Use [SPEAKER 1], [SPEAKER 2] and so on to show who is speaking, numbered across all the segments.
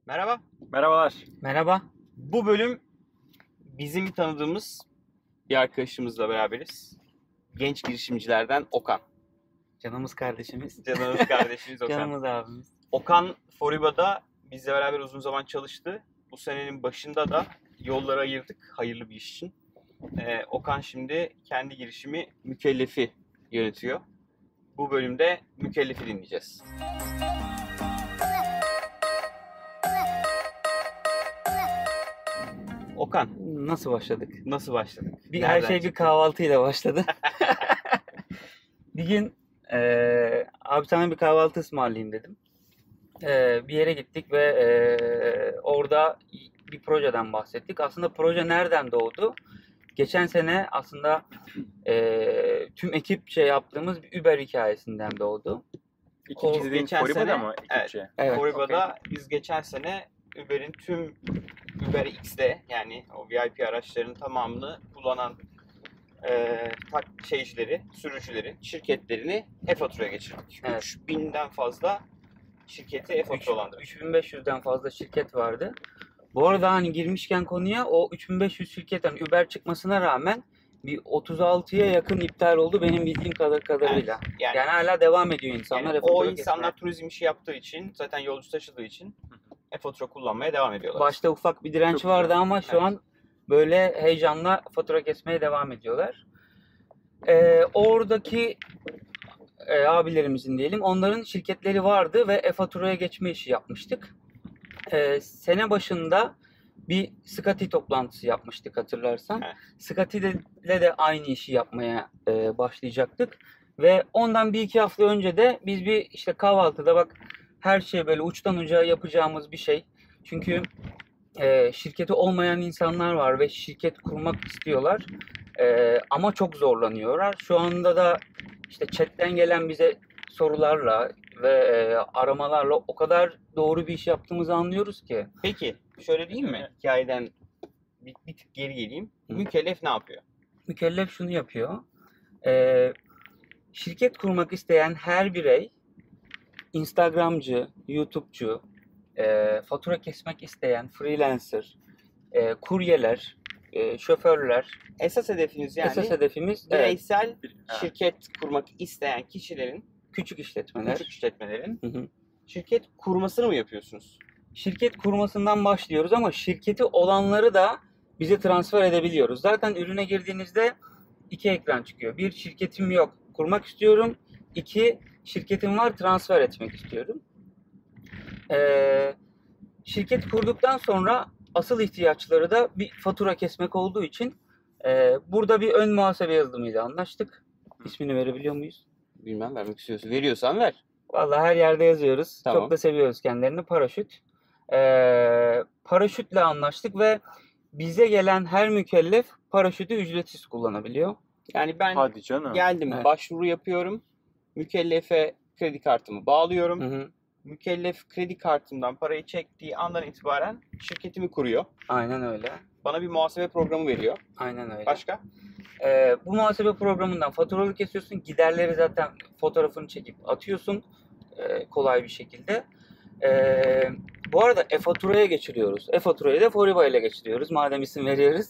[SPEAKER 1] Merhaba.
[SPEAKER 2] Merhabalar.
[SPEAKER 3] Merhaba.
[SPEAKER 1] Bu bölüm bizim tanıdığımız bir arkadaşımızla beraberiz. Genç girişimcilerden Okan.
[SPEAKER 3] Canımız kardeşimiz.
[SPEAKER 1] Canımız kardeşimiz Okan.
[SPEAKER 3] Canımız abimiz.
[SPEAKER 1] Okan Foriba'da bizle beraber uzun zaman çalıştı. Bu senenin başında da yolları ayırdık hayırlı bir iş için. Okan şimdi kendi girişimi Mükellef'i yönetiyor. Bu bölümde Mükellef'i dinleyeceğiz. Okan,
[SPEAKER 3] Nasıl başladık?
[SPEAKER 1] nasıl başladık?
[SPEAKER 3] Her
[SPEAKER 1] Nereden
[SPEAKER 3] şey
[SPEAKER 1] çıktı?
[SPEAKER 3] bir kahvaltıyla başladı. Bir gün abi sana bir kahvaltı ısmarlayayım dedim. Bir yere gittik ve orada bir projeden bahsettik. Aslında proje nereden doğdu? Geçen sene aslında tüm ekipçe yaptığımız bir Uber hikayesinden doğdu.
[SPEAKER 2] İkinci
[SPEAKER 1] O
[SPEAKER 2] dediğin
[SPEAKER 1] geçen
[SPEAKER 2] Foriba'da
[SPEAKER 1] sene-
[SPEAKER 2] mı
[SPEAKER 1] Evet.
[SPEAKER 2] ekipçe?
[SPEAKER 3] Evet.
[SPEAKER 1] Foriba'da biz geçen sene Uber'in tüm Uber X'de yani o VIP araçlarının tamamını kullanan sürücüleri, şirketlerini e-faturaya geçirdik.
[SPEAKER 3] Evet.
[SPEAKER 1] 3000'den fazla şirketi e-faturalandırdık.
[SPEAKER 3] 3500'den fazla şirket vardı. Bu arada hani girmişken konuya o 3500 şirketten Uber çıkmasına rağmen bir 36'ya yakın iptal oldu benim bildiğim kadarıyla.
[SPEAKER 1] Yani,
[SPEAKER 3] Yani hala devam ediyor insanlar.
[SPEAKER 1] yani
[SPEAKER 3] e-fatura
[SPEAKER 1] o
[SPEAKER 3] kesmeye.
[SPEAKER 1] insanlar turizm işi yaptığı için, zaten yolcu taşıdığı için e-fatura kullanmaya devam ediyorlar.
[SPEAKER 3] Başta ufak bir direnç
[SPEAKER 2] Çok
[SPEAKER 3] vardı
[SPEAKER 2] güzel.
[SPEAKER 3] ama şu
[SPEAKER 1] Evet.
[SPEAKER 3] an böyle heyecanla fatura kesmeye devam ediyorlar. Oradaki abilerimizin diyelim onların şirketleri vardı ve e-faturaya geçme işi yapmıştık. Sene başında bir Scotty toplantısı yapmıştık hatırlarsan.
[SPEAKER 1] Evet.
[SPEAKER 3] Scotty ile de aynı işi yapmaya başlayacaktık. Ve ondan bir iki hafta önce de biz bir işte kahvaltıda bak her şey böyle uçtan uca yapacağımız bir şey. Çünkü şirketi olmayan insanlar var ve şirket kurmak istiyorlar. Ama çok zorlanıyorlar. Şu anda da işte chatten gelen bize sorularla ve aramalarla o kadar doğru bir iş yaptığımızı anlıyoruz ki.
[SPEAKER 1] Peki şöyle diyeyim mi? Hikayeden bir tık geri geleyim.
[SPEAKER 3] Hı.
[SPEAKER 1] Mükellef ne yapıyor?
[SPEAKER 3] Mükellef şunu yapıyor. Şirket kurmak isteyen her birey, Instagramcı, YouTube'cu, fatura kesmek isteyen freelancer, kuryeler, şoförler,
[SPEAKER 1] Esas hedefiniz yani
[SPEAKER 3] esas hedefimiz evet,
[SPEAKER 1] bireysel
[SPEAKER 2] Evet.
[SPEAKER 1] şirket kurmak isteyen kişilerin,
[SPEAKER 3] küçük işletmeler.
[SPEAKER 1] küçük işletmelerin
[SPEAKER 3] Hı hı.
[SPEAKER 1] şirket kurmasını mı yapıyorsunuz?
[SPEAKER 3] Şirket kurmasından başlıyoruz ama şirketi olanları da bize transfer edebiliyoruz. Zaten ürüne girdiğinizde iki ekran çıkıyor. Bir, şirketim yok, kurmak istiyorum. İki, şirketim var, transfer etmek istiyorum. Şirket kurduktan sonra asıl ihtiyaçları da bir fatura kesmek olduğu için burada bir ön muhasebe yazılımıyla anlaştık. İsmini verebiliyor muyuz?
[SPEAKER 1] Bilmem, vermek istiyorsun. Veriyorsan ver.
[SPEAKER 3] Vallahi her yerde yazıyoruz.
[SPEAKER 1] Tamam.
[SPEAKER 3] Çok da seviyoruz kendilerini. Paraşüt. Paraşütle anlaştık ve bize gelen her mükellef paraşütü ücretsiz kullanabiliyor.
[SPEAKER 1] Yani ben
[SPEAKER 2] Hadi canım.
[SPEAKER 1] geldim,
[SPEAKER 3] Evet.
[SPEAKER 1] başvuru yapıyorum. Mükellefe kredi kartımı bağlıyorum.
[SPEAKER 3] Hı hı.
[SPEAKER 1] Mükellef kredi kartımdan parayı çektiği andan itibaren şirketimi kuruyor.
[SPEAKER 3] Aynen öyle.
[SPEAKER 1] Bana bir muhasebe programı veriyor.
[SPEAKER 3] Aynen öyle.
[SPEAKER 1] Başka?
[SPEAKER 3] Bu muhasebe programından faturalı kesiyorsun. Giderleri zaten fotoğrafını çekip atıyorsun kolay bir şekilde. Bu arada e-faturaya geçiriyoruz. E-faturayı da Foriba ile geçiriyoruz. Madem isim veriyoruz.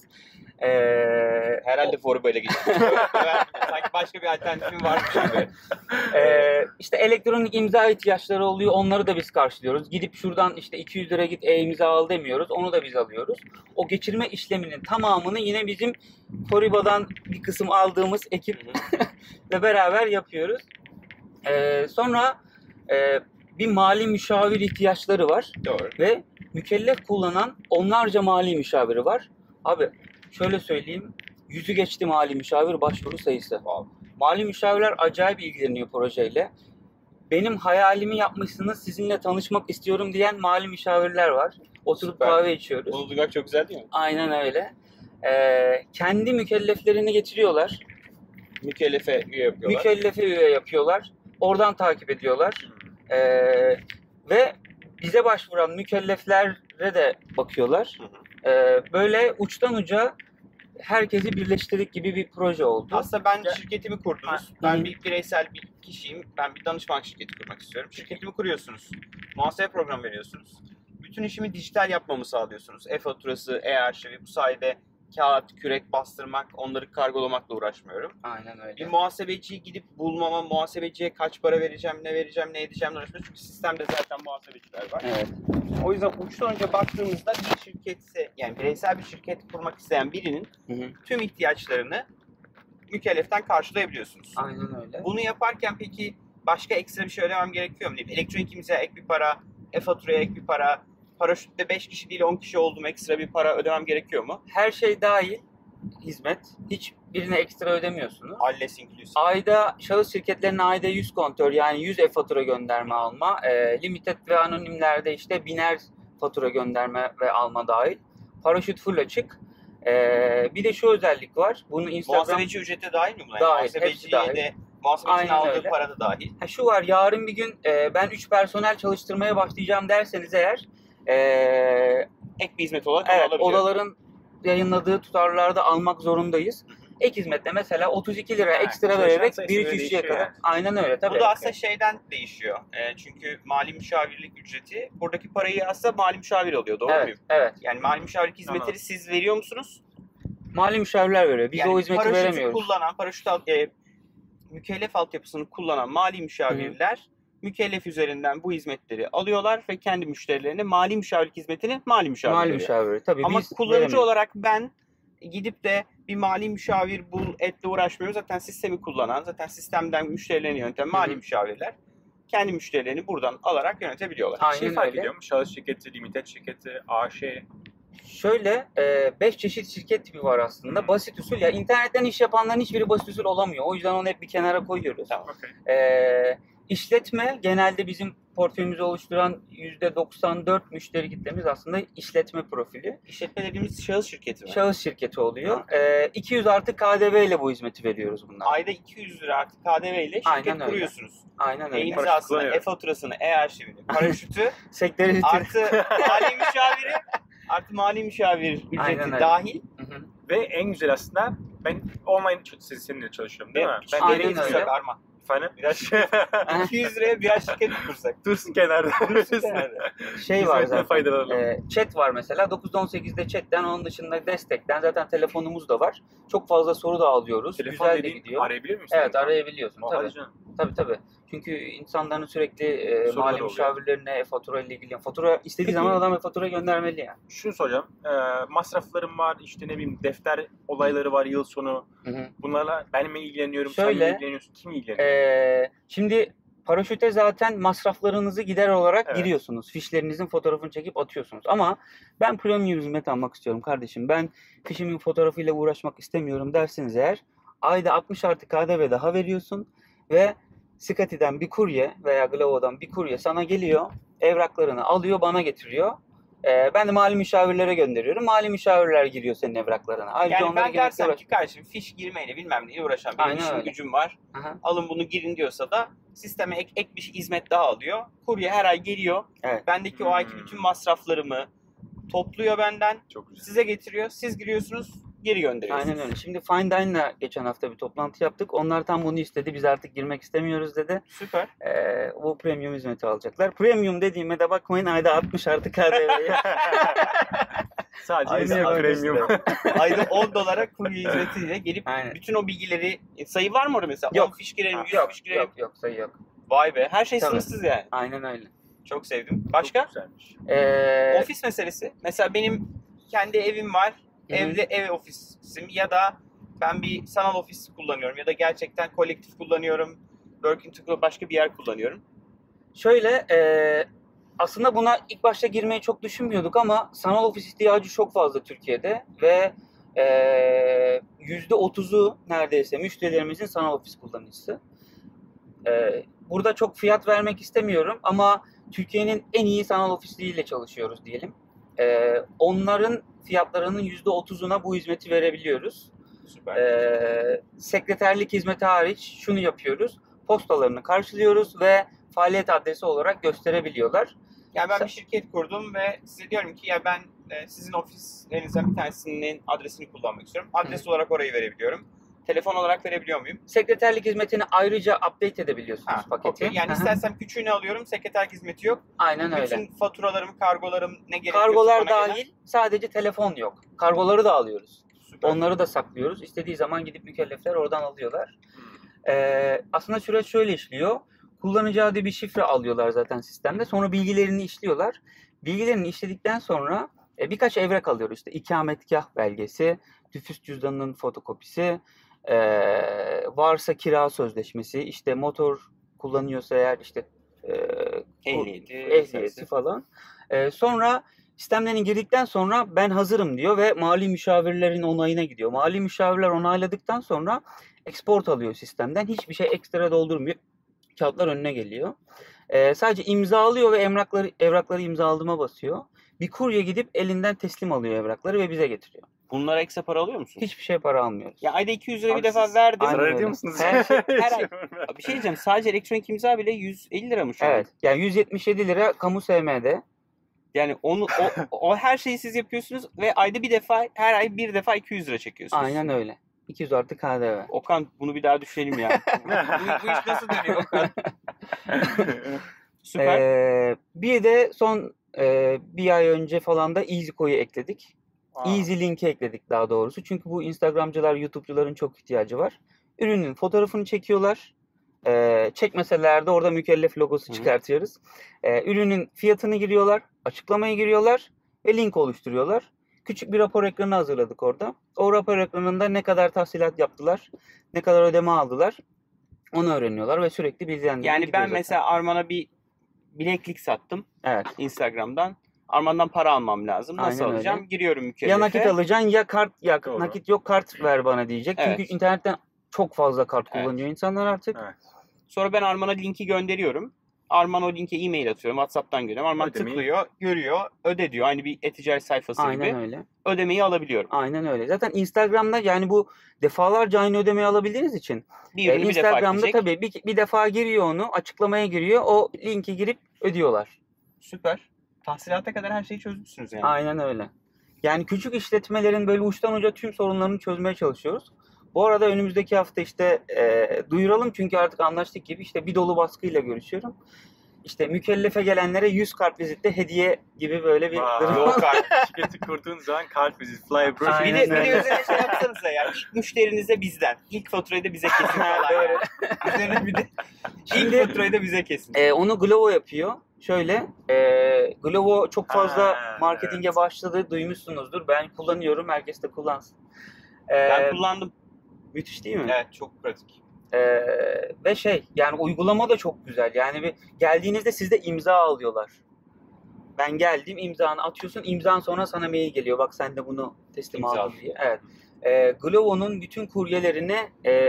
[SPEAKER 1] Herhalde Foriba ile geçiyor. Sanki başka bir alternatifim varmış gibi.
[SPEAKER 3] İşte elektronik imza ihtiyaçları oluyor. Onları da biz karşılıyoruz. Gidip şuradan işte 200 lira git e-imza al demiyoruz. Onu da biz alıyoruz. O geçirme işleminin tamamını yine bizim Foriba'dan bir kısım aldığımız ekiple beraber yapıyoruz. Sonra bir mali müşavir ihtiyaçları var.
[SPEAKER 1] Doğru.
[SPEAKER 3] Ve mükellef kullanan onlarca mali müşaviri var. Abi şöyle söyleyeyim. Yüzü geçti mali müşavir başvuru sayısı.
[SPEAKER 1] Wow.
[SPEAKER 3] Mali müşavirler acayip ilgileniyor projeyle. Benim hayalimi yapmışsınız, sizinle tanışmak istiyorum diyen mali müşavirler var. Oturup
[SPEAKER 1] Süper.
[SPEAKER 3] kahve içiyoruz.
[SPEAKER 1] Bunu duymak çok güzel değil mi?
[SPEAKER 3] Aynen öyle. Kendi mükelleflerini getiriyorlar.
[SPEAKER 1] Mükellefe üye yapıyorlar.
[SPEAKER 3] Mükellefe üye yapıyorlar. Oradan takip ediyorlar. Ve bize başvuran mükelleflere de bakıyorlar.
[SPEAKER 1] Hı hı.
[SPEAKER 3] Böyle uçtan uca herkesi birleştirdik gibi bir proje oldu.
[SPEAKER 1] Aslında ben
[SPEAKER 2] Ya-
[SPEAKER 1] şirketimi kurdunuz.
[SPEAKER 3] Hı.
[SPEAKER 1] Ben bir bireysel bir kişiyim. Ben bir danışmanlık şirketi kurmak istiyorum. Şirketimi kuruyorsunuz. Muhasebe programı veriyorsunuz. bütün işimi dijital yapmamı sağlıyorsunuz. E-faturası, e-arşivi, bu sayede kağıt, kürek bastırmak, onları kargolamakla uğraşmıyorum.
[SPEAKER 3] Aynen öyle.
[SPEAKER 1] Bir muhasebeciyi gidip bulmama, muhasebeciye kaç para vereceğim, ne vereceğim, ne edeceğim uğraşmıyorum. Çünkü sistemde zaten muhasebeciler var.
[SPEAKER 3] Evet.
[SPEAKER 1] O yüzden uçtan önce baktığımızda bir şirketse, yani bireysel bir şirket kurmak isteyen birinin
[SPEAKER 3] Hı hı.
[SPEAKER 1] tüm ihtiyaçlarını mükelleften karşılayabiliyorsunuz.
[SPEAKER 3] Aynen öyle.
[SPEAKER 1] Bunu yaparken peki başka ekstra bir şey ödemem gerekiyor mu? Elektronik imzaya ek bir para, e-faturaya ek bir para, paraşütte 5 kişi değil 10 kişi olduğum ekstra bir para ödemem gerekiyor mu?
[SPEAKER 3] Her şey dahil hizmet. Hiçbirine ekstra ödemiyorsunuz.
[SPEAKER 1] Alles inclusive.
[SPEAKER 3] Ayda şahıs şirketlerine ayda 100 kontör yani 100 e-fatura gönderme alma. Limited ve anonimlerde işte biner fatura gönderme ve alma dahil. Paraşüt full açık. Bir de şu özellik var. Bunu Instagram...
[SPEAKER 1] Muhasebeci ücreti dahil mi buna?
[SPEAKER 3] Dahil, hepsi
[SPEAKER 1] Muhasebeciye
[SPEAKER 3] dahil.
[SPEAKER 1] de muhasebecinin
[SPEAKER 3] Aynen
[SPEAKER 1] aldığı
[SPEAKER 3] öyle.
[SPEAKER 1] para da dahil.
[SPEAKER 3] Şu var, yarın bir gün ben 3 personel çalıştırmaya başlayacağım derseniz eğer
[SPEAKER 1] Ek bir hizmet olarak onu
[SPEAKER 3] evet,
[SPEAKER 1] alabiliyorum.
[SPEAKER 3] odaların yayınladığı tutarlarda almak zorundayız. Ek hizmette mesela 32 lira ekstra
[SPEAKER 2] çalışan
[SPEAKER 3] vererek
[SPEAKER 2] sayısına
[SPEAKER 3] bir
[SPEAKER 2] göre
[SPEAKER 3] üç işçiye
[SPEAKER 2] değişiyor
[SPEAKER 3] kadar.
[SPEAKER 2] yani.
[SPEAKER 3] Aynen öyle tabii.
[SPEAKER 1] Bu da aslında şeyden değişiyor. Çünkü mali müşavirlik ücreti, buradaki parayı aslında mali müşavir alıyor. Doğru
[SPEAKER 3] evet,
[SPEAKER 1] muyum?
[SPEAKER 3] evet.
[SPEAKER 1] Yani mali müşavirlik hizmetleri
[SPEAKER 2] Anladım.
[SPEAKER 1] siz veriyor musunuz?
[SPEAKER 3] Mali müşavirler veriyor. Biz
[SPEAKER 1] Yani
[SPEAKER 3] o hizmeti
[SPEAKER 1] paraşütü
[SPEAKER 3] veremiyoruz.
[SPEAKER 1] kullanan, mükellef altyapısını kullanan mali müşavirler mükellef üzerinden bu hizmetleri alıyorlar ve kendi müşterilerine mali müşavirlik hizmetini mali müşavir
[SPEAKER 3] Mali
[SPEAKER 1] veriyor.
[SPEAKER 3] müşaviri. Tabii
[SPEAKER 1] Ama
[SPEAKER 3] biz
[SPEAKER 1] kullanıcı
[SPEAKER 3] veremiyoruz.
[SPEAKER 1] olarak ben gidip de bir mali müşavir bul etle uğraşmıyorum. Zaten sistemi kullanan, zaten sistemden müşterilerini yöneten mali
[SPEAKER 3] Hı hı.
[SPEAKER 1] müşavirler kendi müşterilerini buradan alarak yönetebiliyorlar.
[SPEAKER 3] Aynen
[SPEAKER 2] Şey fark
[SPEAKER 3] öyle.
[SPEAKER 2] ediyor mu? Şahıs şirketi, limited şirketi, AŞ.
[SPEAKER 3] Şöyle 5 çeşit şirket tipi var aslında. Basit usul ya, internetten iş yapanların hiçbiri basit usul olamıyor. O yüzden onu hep bir kenara koyuyoruz.
[SPEAKER 1] Tamam.
[SPEAKER 2] Okay.
[SPEAKER 3] İşletme genelde bizim portföyümüzü oluşturan %94 müşteri kitlemiz aslında işletme profili.
[SPEAKER 1] İşletme dediğimiz şahıs şirketi mi?
[SPEAKER 3] Şahıs şirketi oluyor. 200 artı KDV ile bu hizmeti veriyoruz bunlar.
[SPEAKER 1] Ayda 200 lira artık KDV ile
[SPEAKER 3] Aynen
[SPEAKER 1] şirket
[SPEAKER 3] öyle.
[SPEAKER 1] kuruyorsunuz.
[SPEAKER 3] Aynen öyle.
[SPEAKER 1] E-imzasını,
[SPEAKER 2] kullanıyorum.
[SPEAKER 1] e-faturasını, e-arşivini, paraşütü
[SPEAKER 3] Sektörü
[SPEAKER 1] artı mali müşaviri artı mali müşavir
[SPEAKER 3] Aynen
[SPEAKER 1] ücreti
[SPEAKER 3] öyle.
[SPEAKER 1] dahil.
[SPEAKER 2] Ve en güzel aslında ben online seninle çalışıyorum değil mi? Ben
[SPEAKER 3] Aynen
[SPEAKER 1] Aynen
[SPEAKER 3] öyle.
[SPEAKER 1] öyle. Arman.
[SPEAKER 2] efendim
[SPEAKER 1] Biraz 200 liraya biraz şirket kursak.
[SPEAKER 2] dursun kenarda.
[SPEAKER 3] şey var
[SPEAKER 2] Hizmetten
[SPEAKER 3] zaten.
[SPEAKER 2] faydalanalım.
[SPEAKER 3] Chat var mesela. 9-18'de chatten, onun dışında destekten zaten telefonumuz da var. Çok fazla soru da alıyoruz.
[SPEAKER 2] Telefon
[SPEAKER 3] Güzel de
[SPEAKER 2] dediğin
[SPEAKER 3] gidiyor.
[SPEAKER 2] arayabiliyor muyum?
[SPEAKER 3] Evet, arayabiliyorsun tabii.
[SPEAKER 2] Hadi canım.
[SPEAKER 3] Tabii. Çünkü insanların sürekli
[SPEAKER 2] Soruları
[SPEAKER 3] mali
[SPEAKER 2] oluyor.
[SPEAKER 3] müşavirlerine fatura ile ilgili. Fatura istediği
[SPEAKER 2] Peki.
[SPEAKER 3] zaman adam fatura göndermeli yani.
[SPEAKER 2] Şunu soracağım. Masraflarım var, işte ne bileyim defter olayları var yıl sonu. Bunlarla ben mi ilgileniyorum, sen
[SPEAKER 3] Şöyle,
[SPEAKER 2] mi ilgileniyorsun, kim ilgileniyor?
[SPEAKER 3] Şimdi paraşüte zaten masraflarınızı gider olarak
[SPEAKER 2] Evet.
[SPEAKER 3] giriyorsunuz. Fişlerinizin fotoğrafını çekip atıyorsunuz. Ama ben premium hizmet almak istiyorum kardeşim. Ben fişimin fotoğrafıyla uğraşmak istemiyorum derseniz eğer, ayda 60 artı KDV daha veriyorsun ve Scotty'den bir kurye veya Glovo'dan bir kurye sana geliyor, evraklarını alıyor, bana getiriyor. Ben de mali müşavirlere gönderiyorum. Mali müşavirler giriyor senin evraklarına. Ayrıca
[SPEAKER 1] Yani
[SPEAKER 3] onlara
[SPEAKER 1] ben
[SPEAKER 3] girmekle
[SPEAKER 1] dersem
[SPEAKER 3] uğraş-
[SPEAKER 1] ki kardeşim fiş girmeyle bilmem neyle uğraşan benim
[SPEAKER 3] Aynen
[SPEAKER 1] işim
[SPEAKER 3] öyle.
[SPEAKER 1] gücüm var.
[SPEAKER 3] Aha.
[SPEAKER 1] Alın bunu girin diyorsa da sisteme ek bir hizmet daha alıyor. Kurye her ay geliyor.
[SPEAKER 3] Evet.
[SPEAKER 1] Bendeki o ayki bütün masraflarımı topluyor benden.
[SPEAKER 2] Çok güzel.
[SPEAKER 1] Size getiriyor. Siz giriyorsunuz. Geri gönderiyorsunuz.
[SPEAKER 3] Aynen öyle. Şimdi Fine Dine'la geçen hafta bir toplantı yaptık. Onlar tam bunu istedi. Biz artık girmek istemiyoruz dedi.
[SPEAKER 1] Süper.
[SPEAKER 3] Bu premium hizmeti alacaklar. Premium dediğime de bakmayın, ayda 60 artı KDV'ye.
[SPEAKER 2] Sadece
[SPEAKER 1] Aynen
[SPEAKER 2] eski
[SPEAKER 1] öyle
[SPEAKER 2] premium.
[SPEAKER 1] Ayda 10 dolara kurye hizmetiyle gelip
[SPEAKER 3] Aynen.
[SPEAKER 1] bütün o bilgileri sayı var mı orada mesela?
[SPEAKER 3] Yok.
[SPEAKER 1] 10 fiş girelim, 100
[SPEAKER 3] Yok,
[SPEAKER 1] fiş girelim.
[SPEAKER 3] yok, sayı yok.
[SPEAKER 1] Vay be. Her şey
[SPEAKER 3] Tabii.
[SPEAKER 1] sınırsız yani.
[SPEAKER 3] Aynen öyle.
[SPEAKER 1] Çok sevdim. Başka?
[SPEAKER 2] Çok güzelmiş.
[SPEAKER 1] Ofis meselesi. Mesela benim kendi evim var.
[SPEAKER 3] Hı hı.
[SPEAKER 1] Evde ev ofisim ya da ben bir sanal ofis kullanıyorum ya da gerçekten kolektif kullanıyorum. Working to başka bir yer kullanıyorum.
[SPEAKER 3] Şöyle, aslında buna ilk başta girmeyi çok düşünmüyorduk ama sanal ofis ihtiyacı çok fazla Türkiye'de ve %30'u neredeyse müşterilerimizin sanal ofis kullanıcısı. Burada çok fiyat vermek istemiyorum ama Türkiye'nin en iyi sanal ofisleriyle çalışıyoruz diyelim. Onların fiyatlarının %30'una bu hizmeti verebiliyoruz.
[SPEAKER 1] Süper.
[SPEAKER 3] Sekreterlik hizmeti hariç şunu yapıyoruz. Postalarını karşılıyoruz ve faaliyet adresi olarak gösterebiliyorlar.
[SPEAKER 1] Yani ben bir şirket kurdum ve size diyorum ki ya ben sizin ofislerinizden bir tanesinin adresini kullanmak istiyorum. Adres olarak orayı verebiliyorum. telefon olarak verebiliyor muyum?
[SPEAKER 3] Sekreterlik hizmetini ayrıca update edebiliyorsunuz
[SPEAKER 1] Ha,
[SPEAKER 3] paketi.
[SPEAKER 1] okey. Yani
[SPEAKER 3] Hı hı.
[SPEAKER 1] istersem küçüğünü alıyorum, sekreterlik hizmeti yok.
[SPEAKER 3] Aynen öyle.
[SPEAKER 1] Bütün faturalarım, kargolarım ne gerekiyorsa
[SPEAKER 3] Kargolar
[SPEAKER 1] bana gelen-
[SPEAKER 3] dahil sadece telefon yok. Kargoları da alıyoruz.
[SPEAKER 1] Süper.
[SPEAKER 3] Onları da saklıyoruz. İstediği zaman gidip mükellefler oradan alıyorlar. Aslında süreç şöyle işliyor. Kullanıcı adı bir şifre alıyorlar zaten sistemde. Sonra bilgilerini işliyorlar. Bilgilerini işledikten sonra birkaç evrak alıyoruz. İşte ikametgah belgesi, nüfus cüzdanının fotokopisi, varsa kira sözleşmesi, işte motor kullanıyorsa eğer işte ehliyeti falan. Sonra sistemlerine girdikten sonra ben hazırım diyor ve mali müşavirlerin onayına gidiyor. Mali müşavirler onayladıktan sonra export alıyor sistemden. Hiçbir şey ekstra doldurmuyor. Kağıtlar önüne geliyor. Sadece imzalıyor ve evrakları imzaladığıma basıyor. Bir kurye gidip elinden teslim alıyor evrakları ve bize getiriyor.
[SPEAKER 1] Bunlara ekstra para alıyor musunuz?
[SPEAKER 3] Hiçbir şey para almıyoruz.
[SPEAKER 1] Ya ayda 200 lira bir
[SPEAKER 2] Abi
[SPEAKER 1] defa
[SPEAKER 2] siz
[SPEAKER 1] verdim.
[SPEAKER 3] Aynen
[SPEAKER 2] Zarar
[SPEAKER 3] öyle.
[SPEAKER 2] ediyor musunuz?
[SPEAKER 3] Her
[SPEAKER 1] her ay. Bir şey diyeceğim. Sadece elektronik imza bile 150 lira mı şu an?
[SPEAKER 3] Evet. Yani 177 lira kamu SM'de.
[SPEAKER 1] Yani o her şeyi siz yapıyorsunuz ve ayda bir defa, her ay bir defa 200 lira çekiyorsunuz.
[SPEAKER 3] Aynen öyle. 200 artı KDV.
[SPEAKER 1] Okan bunu bir daha düşünelim ya. bu iş nasıl dönüyor Okan? Süper.
[SPEAKER 3] Bir de son bir ay önce falan da EasyCo'yu ekledik. Easy Link'i ekledik daha doğrusu. Çünkü bu Instagramcılar, YouTube'cuların çok ihtiyacı var. Ürünün fotoğrafını çekiyorlar. Çekmeseler de orada mükellef logosu çıkartıyoruz. Ürünün fiyatını giriyorlar, açıklamayı giriyorlar ve link oluşturuyorlar. Küçük bir rapor ekranı hazırladık orada. O rapor ekranında ne kadar tahsilat yaptılar, ne kadar ödeme aldılar onu öğreniyorlar ve sürekli bilgilendirme
[SPEAKER 1] Yani
[SPEAKER 3] gidiyor
[SPEAKER 1] ben
[SPEAKER 3] zaten.
[SPEAKER 1] mesela Arman'a bir bileklik sattım
[SPEAKER 3] Evet.
[SPEAKER 1] Instagram'dan. Arman'dan para almam lazım. Nasıl
[SPEAKER 3] Aynen
[SPEAKER 1] alacağım?
[SPEAKER 3] öyle.
[SPEAKER 1] Giriyorum mükellefe.
[SPEAKER 3] Ya nakit alacaksın ya kart, ya
[SPEAKER 2] Doğru.
[SPEAKER 3] nakit yok kart ver bana diyecek.
[SPEAKER 1] Evet.
[SPEAKER 3] Çünkü internetten çok fazla kart
[SPEAKER 1] Evet.
[SPEAKER 3] kullanıyor insanlar artık.
[SPEAKER 2] Evet.
[SPEAKER 1] Sonra ben Arman'a linki gönderiyorum. Arman o linke e-mail atıyorum. WhatsApp'tan gönderiyorum. Arman
[SPEAKER 2] Ödemeyi-
[SPEAKER 1] tıklıyor, görüyor, öde diyor. Aynı bir e-ticaret sayfası
[SPEAKER 3] Aynen
[SPEAKER 1] gibi.
[SPEAKER 3] öyle.
[SPEAKER 1] Ödemeyi alabiliyorum.
[SPEAKER 3] Aynen öyle. Zaten Instagram'da yani bu defalarca aynı ödemeyi alabildiğiniz için
[SPEAKER 1] Bir ürünü bir defa
[SPEAKER 3] Instagram'da
[SPEAKER 1] gidecek.
[SPEAKER 3] tabii bir defa giriyor onu, açıklamaya giriyor. O linki girip ödüyorlar.
[SPEAKER 1] Süper. Tahsilata kadar her şeyi çözmüşsünüz yani.
[SPEAKER 3] Aynen öyle. Yani küçük işletmelerin böyle uçtan uca tüm sorunlarını çözmeye çalışıyoruz. Bu arada önümüzdeki hafta işte duyuralım çünkü artık anlaştık gibi işte bir dolu baskıyla görüşüyorum. İşte mükellefe gelenlere 100 kart vizitte hediye gibi böyle bir durum.
[SPEAKER 2] Yok artık. Şirketi kurduğun zaman kart visit, fly bro.
[SPEAKER 3] Aynen
[SPEAKER 1] Bir de
[SPEAKER 3] öyle.
[SPEAKER 1] üzerine şey yapsanıza ya. İlk müşterinize bizden. İlk faturayı da bize kesin falan.
[SPEAKER 3] Doğru.
[SPEAKER 1] Üzerine bir de
[SPEAKER 3] Şimdi-
[SPEAKER 1] ilk faturayı da bize kesin.
[SPEAKER 3] Onu Glovo yapıyor. Şöyle, Glovo çok fazla
[SPEAKER 2] Ha,
[SPEAKER 3] marketinge
[SPEAKER 2] evet.
[SPEAKER 3] başladı. Duymuşsunuzdur. Ben kullanıyorum. Herkes de kullansın.
[SPEAKER 1] Ben kullandım.
[SPEAKER 3] Müthiş değil mi?
[SPEAKER 1] Evet, çok pratik.
[SPEAKER 3] Ve yani uygulama da çok güzel. Yani bir geldiğinizde sizde imza alıyorlar. Ben geldim, imzanı atıyorsun. İmzan sonra sana mail geliyor. Bak sen de bunu teslim
[SPEAKER 1] İmza
[SPEAKER 3] aldın diye. Evet. Glovo'nun bütün kuryelerine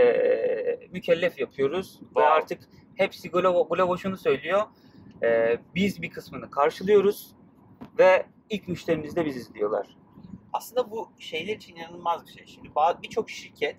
[SPEAKER 3] mükellef yapıyoruz. Ve
[SPEAKER 1] Wow.
[SPEAKER 3] artık hepsi Glovo şunu söylüyor. Biz bir kısmını karşılıyoruz ve ilk müşterimiz de biziz diyorlar.
[SPEAKER 1] Aslında bu şeyler için inanılmaz bir şey. Şimdi birçok şirket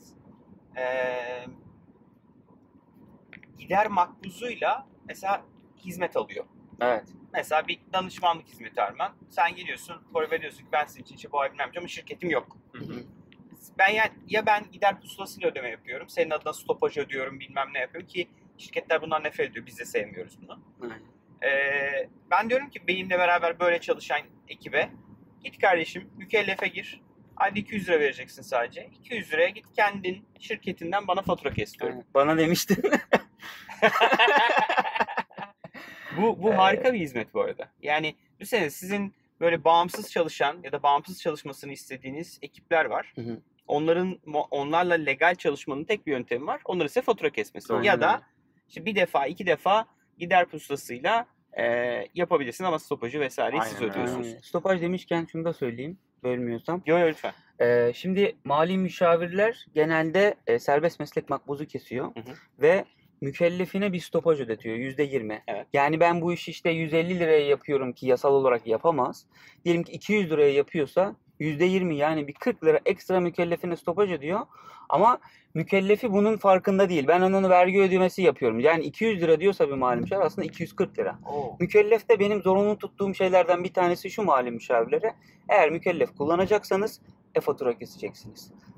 [SPEAKER 1] gider makbuzuyla mesela hizmet alıyor.
[SPEAKER 3] Evet.
[SPEAKER 1] Mesela bir danışmanlık hizmeti Arman. Sen geliyorsun, para veriyorsun ki ben sizin için şey bu ay bilmem ama şirketim yok. Ben ben gider pusulasıyla ödeme yapıyorum. Senin adına stopaj ödüyorum, bilmem ne yapıyorum ki şirketler bundan nefret ediyor. Biz de sevmiyoruz bunu.
[SPEAKER 3] Aynen.
[SPEAKER 1] Ben diyorum ki benimle beraber böyle çalışan ekibe git kardeşim mükellefe gir. Ayda 200 lira vereceksin sadece. 200 liraya git kendin şirketinden bana fatura kes diyorum.
[SPEAKER 3] Aynen. Bana demiştin.
[SPEAKER 1] Bu harika bir hizmet bu arada. Yani düşünsene sizin böyle bağımsız çalışan ya da bağımsız çalışmasını istediğiniz ekipler var.
[SPEAKER 3] Hı hı.
[SPEAKER 1] Onlarla legal çalışmanın tek bir yöntemi var. Onları size fatura kesmesi.
[SPEAKER 3] Aynen
[SPEAKER 1] Ya da
[SPEAKER 3] öyle.
[SPEAKER 1] işte bir defa, iki defa gider pusulasıyla yapabilirsin ama stopajı vesaireyi siz
[SPEAKER 2] Aynen öyle.
[SPEAKER 1] ödüyorsunuz.
[SPEAKER 3] Aynen. Stopaj demişken şunu da söyleyeyim. Bölmüyorsam.
[SPEAKER 1] Yo lütfen.
[SPEAKER 3] Şimdi mali müşavirler genelde serbest meslek makbuzu kesiyor
[SPEAKER 1] Hı hı.
[SPEAKER 3] ve mükellefine bir stopaj ödetiyor %20.
[SPEAKER 1] Evet.
[SPEAKER 3] Yani ben bu işi işte 150 liraya yapıyorum ki yasal olarak yapamaz. Diyelim ki 200 liraya yapıyorsa %20 yani bir 40 lira ekstra mükellefine stopaj ödüyor. Ama mükellefi bunun farkında değil. Ben onun vergi ödemesi yapıyorum. Yani 200 lira diyorsa bir mali müşavir aslında 240 lira.
[SPEAKER 1] Oo.
[SPEAKER 3] Mükellef de benim zorunlu tuttuğum şeylerden bir tanesi şu mali müşavirlere. Eğer mükellef kullanacaksanız e-fatura keseceksiniz.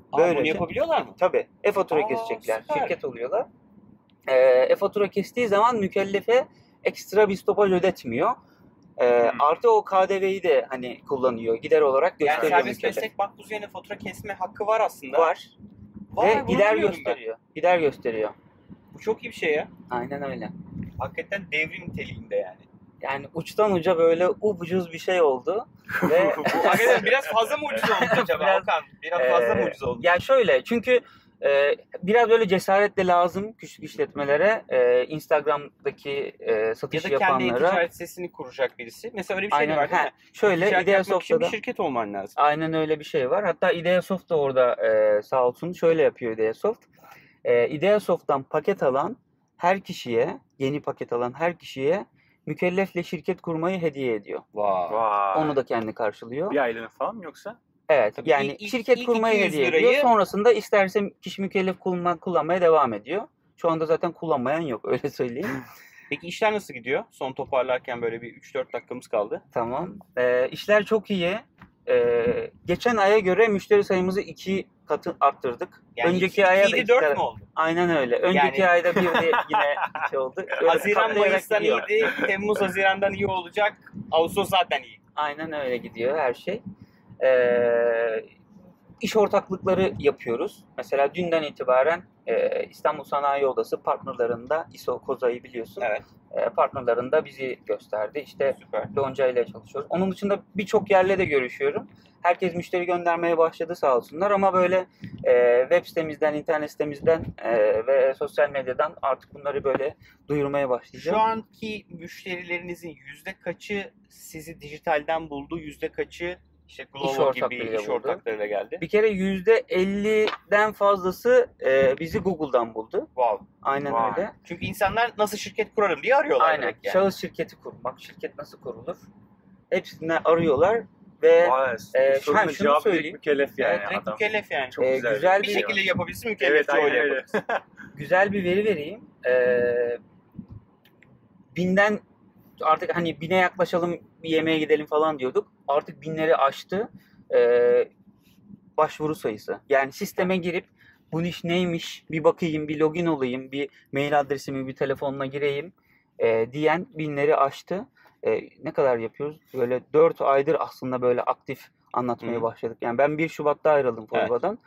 [SPEAKER 1] Bunu yapabiliyorlar mı?
[SPEAKER 3] Tabii. E-fatura
[SPEAKER 1] Aa,
[SPEAKER 3] kesecekler.
[SPEAKER 1] süper.
[SPEAKER 3] Şirket oluyorlar. E-fatura kestiği zaman mükellefe ekstra bir stopaj ödetmiyor. Artı o KDV'yi de hani kullanıyor. Gider olarak
[SPEAKER 1] Yani
[SPEAKER 3] gösteriyor
[SPEAKER 1] serbest
[SPEAKER 3] mükellef.
[SPEAKER 1] meslek makbuz yerine fatura kesme hakkı var aslında.
[SPEAKER 3] Var.
[SPEAKER 1] Vay,
[SPEAKER 3] Ve
[SPEAKER 1] bunu
[SPEAKER 3] gider
[SPEAKER 1] bilmiyordum
[SPEAKER 3] gösteriyor. Gider gösteriyor.
[SPEAKER 1] Bu çok iyi bir şey ya.
[SPEAKER 3] Aynen öyle.
[SPEAKER 1] Hakikaten devrim niteliğinde yani.
[SPEAKER 3] Yani uçtan uca böyle ucuz bir şey oldu. Ve
[SPEAKER 1] Hakikaten biraz fazla mı ucuz olmuş acaba
[SPEAKER 3] Biraz-
[SPEAKER 1] Okan? Biraz fazla mı ucuz olmuş?
[SPEAKER 3] Ya şöyle, çünkü biraz böyle cesaret de lazım küçük işletmelere, Instagram'daki
[SPEAKER 1] Ya
[SPEAKER 3] satış
[SPEAKER 1] da kendi
[SPEAKER 3] yapanlara.
[SPEAKER 1] ticaret sitesini kuracak birisi. Mesela öyle bir şey de
[SPEAKER 3] Aynen.
[SPEAKER 1] var değil mi?
[SPEAKER 3] Şöyle
[SPEAKER 1] Ticaret yapmak için
[SPEAKER 3] Ideasoft'ta
[SPEAKER 1] bir
[SPEAKER 3] da
[SPEAKER 1] şirket olman lazım.
[SPEAKER 3] aynen öyle bir şey var. Hatta Ideasoft da orada sağ olsun şöyle yapıyor Ideasoft. Ideasoft'tan paket alan her kişiye, yeni paket alan her kişiye mükellefle şirket kurmayı hediye ediyor.
[SPEAKER 1] Vay.
[SPEAKER 2] Vay.
[SPEAKER 3] Onu da kendi karşılıyor.
[SPEAKER 2] Bir aylığına falan mı yoksa?
[SPEAKER 3] Evet.
[SPEAKER 1] Tabii
[SPEAKER 3] Yani
[SPEAKER 1] ilk
[SPEAKER 3] şirket kurmayı
[SPEAKER 1] 200
[SPEAKER 3] hediye
[SPEAKER 1] lirayı-
[SPEAKER 3] ediyor. Sonrasında isterse kişi mükellef kullanmaya devam ediyor. Şu anda zaten kullanmayan yok, öyle söyleyeyim.
[SPEAKER 1] Peki işler nasıl gidiyor? Son toparlarken böyle bir 3-4 dakikamız kaldı.
[SPEAKER 3] Tamam. İşler çok iyi. Geçen aya göre müşteri sayımızı 2 katı arttırdık.
[SPEAKER 1] Yani
[SPEAKER 3] Önceki aya da
[SPEAKER 1] 2'ydi
[SPEAKER 3] 2
[SPEAKER 1] 4 mü oldu?
[SPEAKER 3] Aynen öyle. Önceki
[SPEAKER 1] Yani-
[SPEAKER 3] ayda bir de yine 2 oldu. Böyle
[SPEAKER 1] Haziran
[SPEAKER 3] katlayarak
[SPEAKER 1] Mayıs'tan
[SPEAKER 3] gidiyor.
[SPEAKER 1] iyiydi. Temmuz Haziran'dan iyi olacak. Ağustos zaten iyi.
[SPEAKER 3] Aynen öyle gidiyor her şey. İş ortaklıkları yapıyoruz. Mesela dünden itibaren İstanbul Sanayi Odası partnerlarında ISO Koza'yı biliyorsun.
[SPEAKER 1] Evet.
[SPEAKER 3] Partnerlarında bizi gösterdi. İşte
[SPEAKER 1] Süper.
[SPEAKER 3] Yonca ile çalışıyoruz. Onun dışında birçok yerle de görüşüyorum. Herkes müşteri göndermeye başladı sağ olsunlar ama böyle web sitemizden, internet sitemizden ve sosyal medyadan artık bunları böyle duyurmaya başlayacağım.
[SPEAKER 1] Şu anki müşterilerinizin %kaçı sizi dijitalden buldu, %kaçı işte Glovo
[SPEAKER 3] ortaklarıyla
[SPEAKER 1] gibi iş
[SPEAKER 3] buldu.
[SPEAKER 1] ortaklarıyla geldi?
[SPEAKER 3] Bir kere %50'den fazlası bizi Google'dan buldu.
[SPEAKER 1] Wow.
[SPEAKER 3] Aynen
[SPEAKER 2] Vay.
[SPEAKER 3] öyle.
[SPEAKER 1] Çünkü insanlar nasıl şirket kurarım diye arıyorlar
[SPEAKER 3] Aynen.
[SPEAKER 1] direkt yani.
[SPEAKER 3] Şahıs şirketi kurmak, şirket nasıl kurulur? Hepsini arıyorlar ve
[SPEAKER 2] Vay.
[SPEAKER 3] şunu
[SPEAKER 2] Sorunun cevabı
[SPEAKER 3] söyleyeyim.
[SPEAKER 2] direkt mükellef yani
[SPEAKER 1] Evet, direkt
[SPEAKER 2] adam.
[SPEAKER 1] mükellef yani.
[SPEAKER 2] Çok güzel.
[SPEAKER 3] güzel
[SPEAKER 1] Bir
[SPEAKER 3] bir
[SPEAKER 1] şekilde yapabilsin
[SPEAKER 2] Evet,
[SPEAKER 1] mükellefçi
[SPEAKER 2] aynen
[SPEAKER 1] öyle
[SPEAKER 2] öyle.
[SPEAKER 1] yapabilsin.
[SPEAKER 3] güzel bir veri vereyim. 1000'den artık hani 1000'e yaklaşalım, bir yemeğe gidelim falan diyorduk. Artık 1000'leri aştı başvuru sayısı. Yani sisteme girip bu iş neymiş bir bakayım, bir login olayım, bir mail adresimi bir telefonla gireyim diyen 1000'leri aştı. Ne kadar yapıyoruz? Böyle 4 aydır aslında böyle aktif anlatmaya
[SPEAKER 1] Hı.
[SPEAKER 3] başladık. Yani ben 1 Şubat'ta ayrıldım Forva'dan.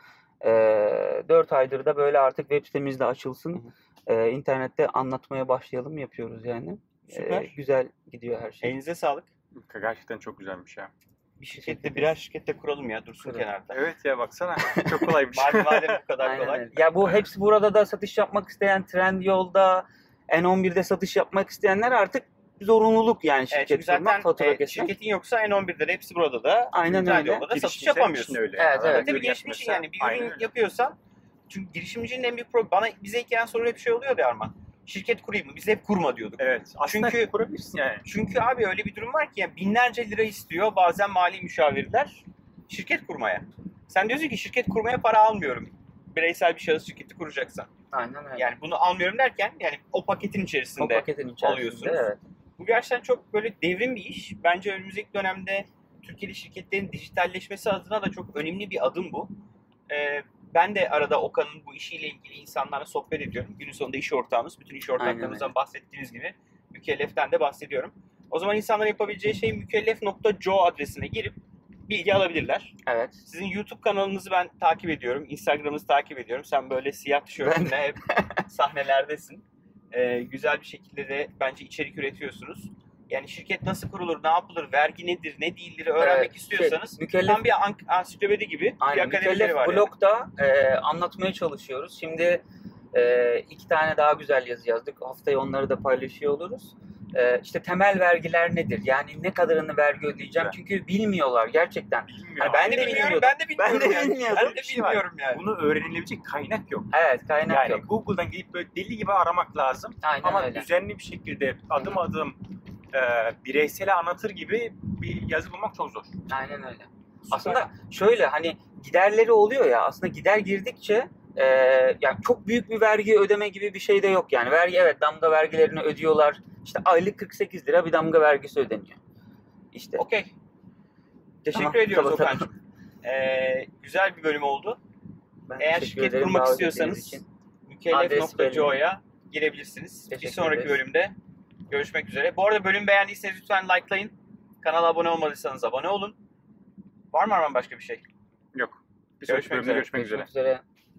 [SPEAKER 3] 4 aydır da böyle artık web sitemiz de açılsın. İnternette anlatmaya başlayalım yapıyoruz yani.
[SPEAKER 1] Süper.
[SPEAKER 3] Güzel gidiyor her şey.
[SPEAKER 1] Elinize sağlık.
[SPEAKER 2] Gerçekten çok güzelmiş ya.
[SPEAKER 1] Bir şirkette, birer şirkette kuralım ya, dursun
[SPEAKER 3] Kuralım.
[SPEAKER 1] kenarda.
[SPEAKER 2] Evet ya baksana. Çok kolaymış.
[SPEAKER 1] Madem bu kadar
[SPEAKER 3] Aynen
[SPEAKER 1] kolay.
[SPEAKER 3] öyle. Ya bu hepsi burada da satış yapmak isteyen, Trendyol'da, N11'de satış yapmak isteyenler artık zorunluluk yani
[SPEAKER 1] Evet,
[SPEAKER 3] şirket
[SPEAKER 1] çünkü
[SPEAKER 3] kurmak,
[SPEAKER 1] zaten
[SPEAKER 3] fatura kesmek.
[SPEAKER 1] şirketin yoksa N11'de de hepsi burada da.
[SPEAKER 3] Aynen
[SPEAKER 1] Trendyol'da
[SPEAKER 3] öyle.
[SPEAKER 1] da satış
[SPEAKER 2] Girişimciler
[SPEAKER 1] yapamıyorsun.
[SPEAKER 2] için öyle.
[SPEAKER 3] Evet,
[SPEAKER 2] Yani.
[SPEAKER 3] evet.
[SPEAKER 1] Tabii
[SPEAKER 2] Ürün
[SPEAKER 1] girişimci için
[SPEAKER 2] yapmasa-
[SPEAKER 1] yani bir
[SPEAKER 2] Aynen
[SPEAKER 1] ürün
[SPEAKER 2] öyle.
[SPEAKER 1] yapıyorsan, çünkü girişimcinin en büyük problemi, bize ilk gelen soru hep şey oluyordu ya Arman. Şirket kurayım mı? Biz hep kurma diyorduk.
[SPEAKER 2] Evet. Aslında
[SPEAKER 1] Çünkü-
[SPEAKER 2] kurabilirsin yani.
[SPEAKER 1] Çünkü abi öyle bir durum var ki yani binlerce lira istiyor bazen mali müşavirler şirket kurmaya. Sen diyorsun ki şirket kurmaya para almıyorum. Bireysel bir şahıs şirketi kuracaksan.
[SPEAKER 3] Aynen öyle.
[SPEAKER 1] Yani bunu almıyorum derken yani o paketin
[SPEAKER 3] o
[SPEAKER 1] içerisinde.
[SPEAKER 3] paketin içerisinde.
[SPEAKER 1] alıyorsunuz.
[SPEAKER 3] Evet.
[SPEAKER 1] Bu gerçekten çok böyle devrim bir iş. Bence önümüzdeki dönemde Türkiye'li şirketlerin dijitalleşmesi adına da çok önemli bir adım bu. Ben de arada Okan'ın bu işiyle ilgili insanlarla sohbet ediyorum. Günün sonunda iş ortağımız. Bütün iş ortaklarımızdan
[SPEAKER 3] öyle.
[SPEAKER 1] bahsettiğiniz gibi mükelleften de bahsediyorum. O zaman insanların yapabileceği şey mükellef.co adresine girip bilgi alabilirler.
[SPEAKER 3] Evet.
[SPEAKER 1] Sizin YouTube kanalınızı ben takip ediyorum. Instagram'ınızı takip ediyorum. Sen böyle siyah tişörtünle hep sahnelerdesin. Güzel bir şekilde de bence içerik üretiyorsunuz. Yani şirket nasıl kurulur, ne yapılır, vergi nedir, ne değildir öğrenmek
[SPEAKER 3] Evet,
[SPEAKER 1] istiyorsanız
[SPEAKER 3] mükellef,
[SPEAKER 1] tam bir ansiklopedi gibi bir
[SPEAKER 3] aynen,
[SPEAKER 1] akademileri
[SPEAKER 3] mükellef
[SPEAKER 1] var. Yani.
[SPEAKER 3] blogda anlatmaya çalışıyoruz. Şimdi 2 tane daha güzel yazı yazdık. Haftaya onları da paylaşıyor oluruz. İşte temel vergiler nedir? Yani ne kadarını vergi ödeyeceğim?
[SPEAKER 2] Güzel.
[SPEAKER 3] Çünkü bilmiyorlar gerçekten.
[SPEAKER 2] Bilmiyorum.
[SPEAKER 3] Yani
[SPEAKER 1] Ben de bilmiyorum, ben de bilmiyorum.
[SPEAKER 3] Ben de
[SPEAKER 1] yani.
[SPEAKER 3] bilmiyordum.
[SPEAKER 1] Ben de
[SPEAKER 2] Bir şey var.
[SPEAKER 1] bilmiyorum yani.
[SPEAKER 2] Bunu öğrenilebilecek kaynak yok.
[SPEAKER 3] Evet, kaynak
[SPEAKER 2] Yani
[SPEAKER 3] yok.
[SPEAKER 2] Google'dan gidip böyle deli gibi aramak lazım.
[SPEAKER 3] Aynen
[SPEAKER 2] Ama
[SPEAKER 3] öyle.
[SPEAKER 2] düzenli bir şekilde adım adım bireysele anlatır gibi bir yazı bulmak çok zor.
[SPEAKER 3] Aynen öyle. Aslında şöyle hani giderleri oluyor ya, aslında gider girdikçe yani çok büyük bir vergi ödeme gibi bir şey de yok yani. Vergi, evet, damga vergilerini ödüyorlar. İşte aylık 48 lira bir damga vergisi ödeniyor. İşte.
[SPEAKER 1] Okey. Teşekkür
[SPEAKER 3] Tamam,
[SPEAKER 1] ediyoruz
[SPEAKER 3] kapatalım.
[SPEAKER 1] Okan'cığım. Güzel bir bölüm oldu.
[SPEAKER 3] Ben
[SPEAKER 1] Eğer
[SPEAKER 3] teşekkür
[SPEAKER 1] şirket
[SPEAKER 3] ederim
[SPEAKER 1] kurmak
[SPEAKER 3] davet ettiğiniz
[SPEAKER 1] istiyorsanız
[SPEAKER 3] için.
[SPEAKER 1] mükellef.co'ya girebilirsiniz. Bir
[SPEAKER 3] Teşekkür
[SPEAKER 1] sonraki
[SPEAKER 3] ederiz.
[SPEAKER 1] bölümde görüşmek üzere. Bu arada bölüm beğendiyseniz lütfen likelayın. Kanala abone olmadıysanız abone olun. Var mı Arman başka bir şey?
[SPEAKER 2] Yok. Bir
[SPEAKER 1] Görüşmek
[SPEAKER 2] sonraki bölümde
[SPEAKER 1] üzere.
[SPEAKER 2] görüşmek üzere.
[SPEAKER 3] Görüşmek üzere.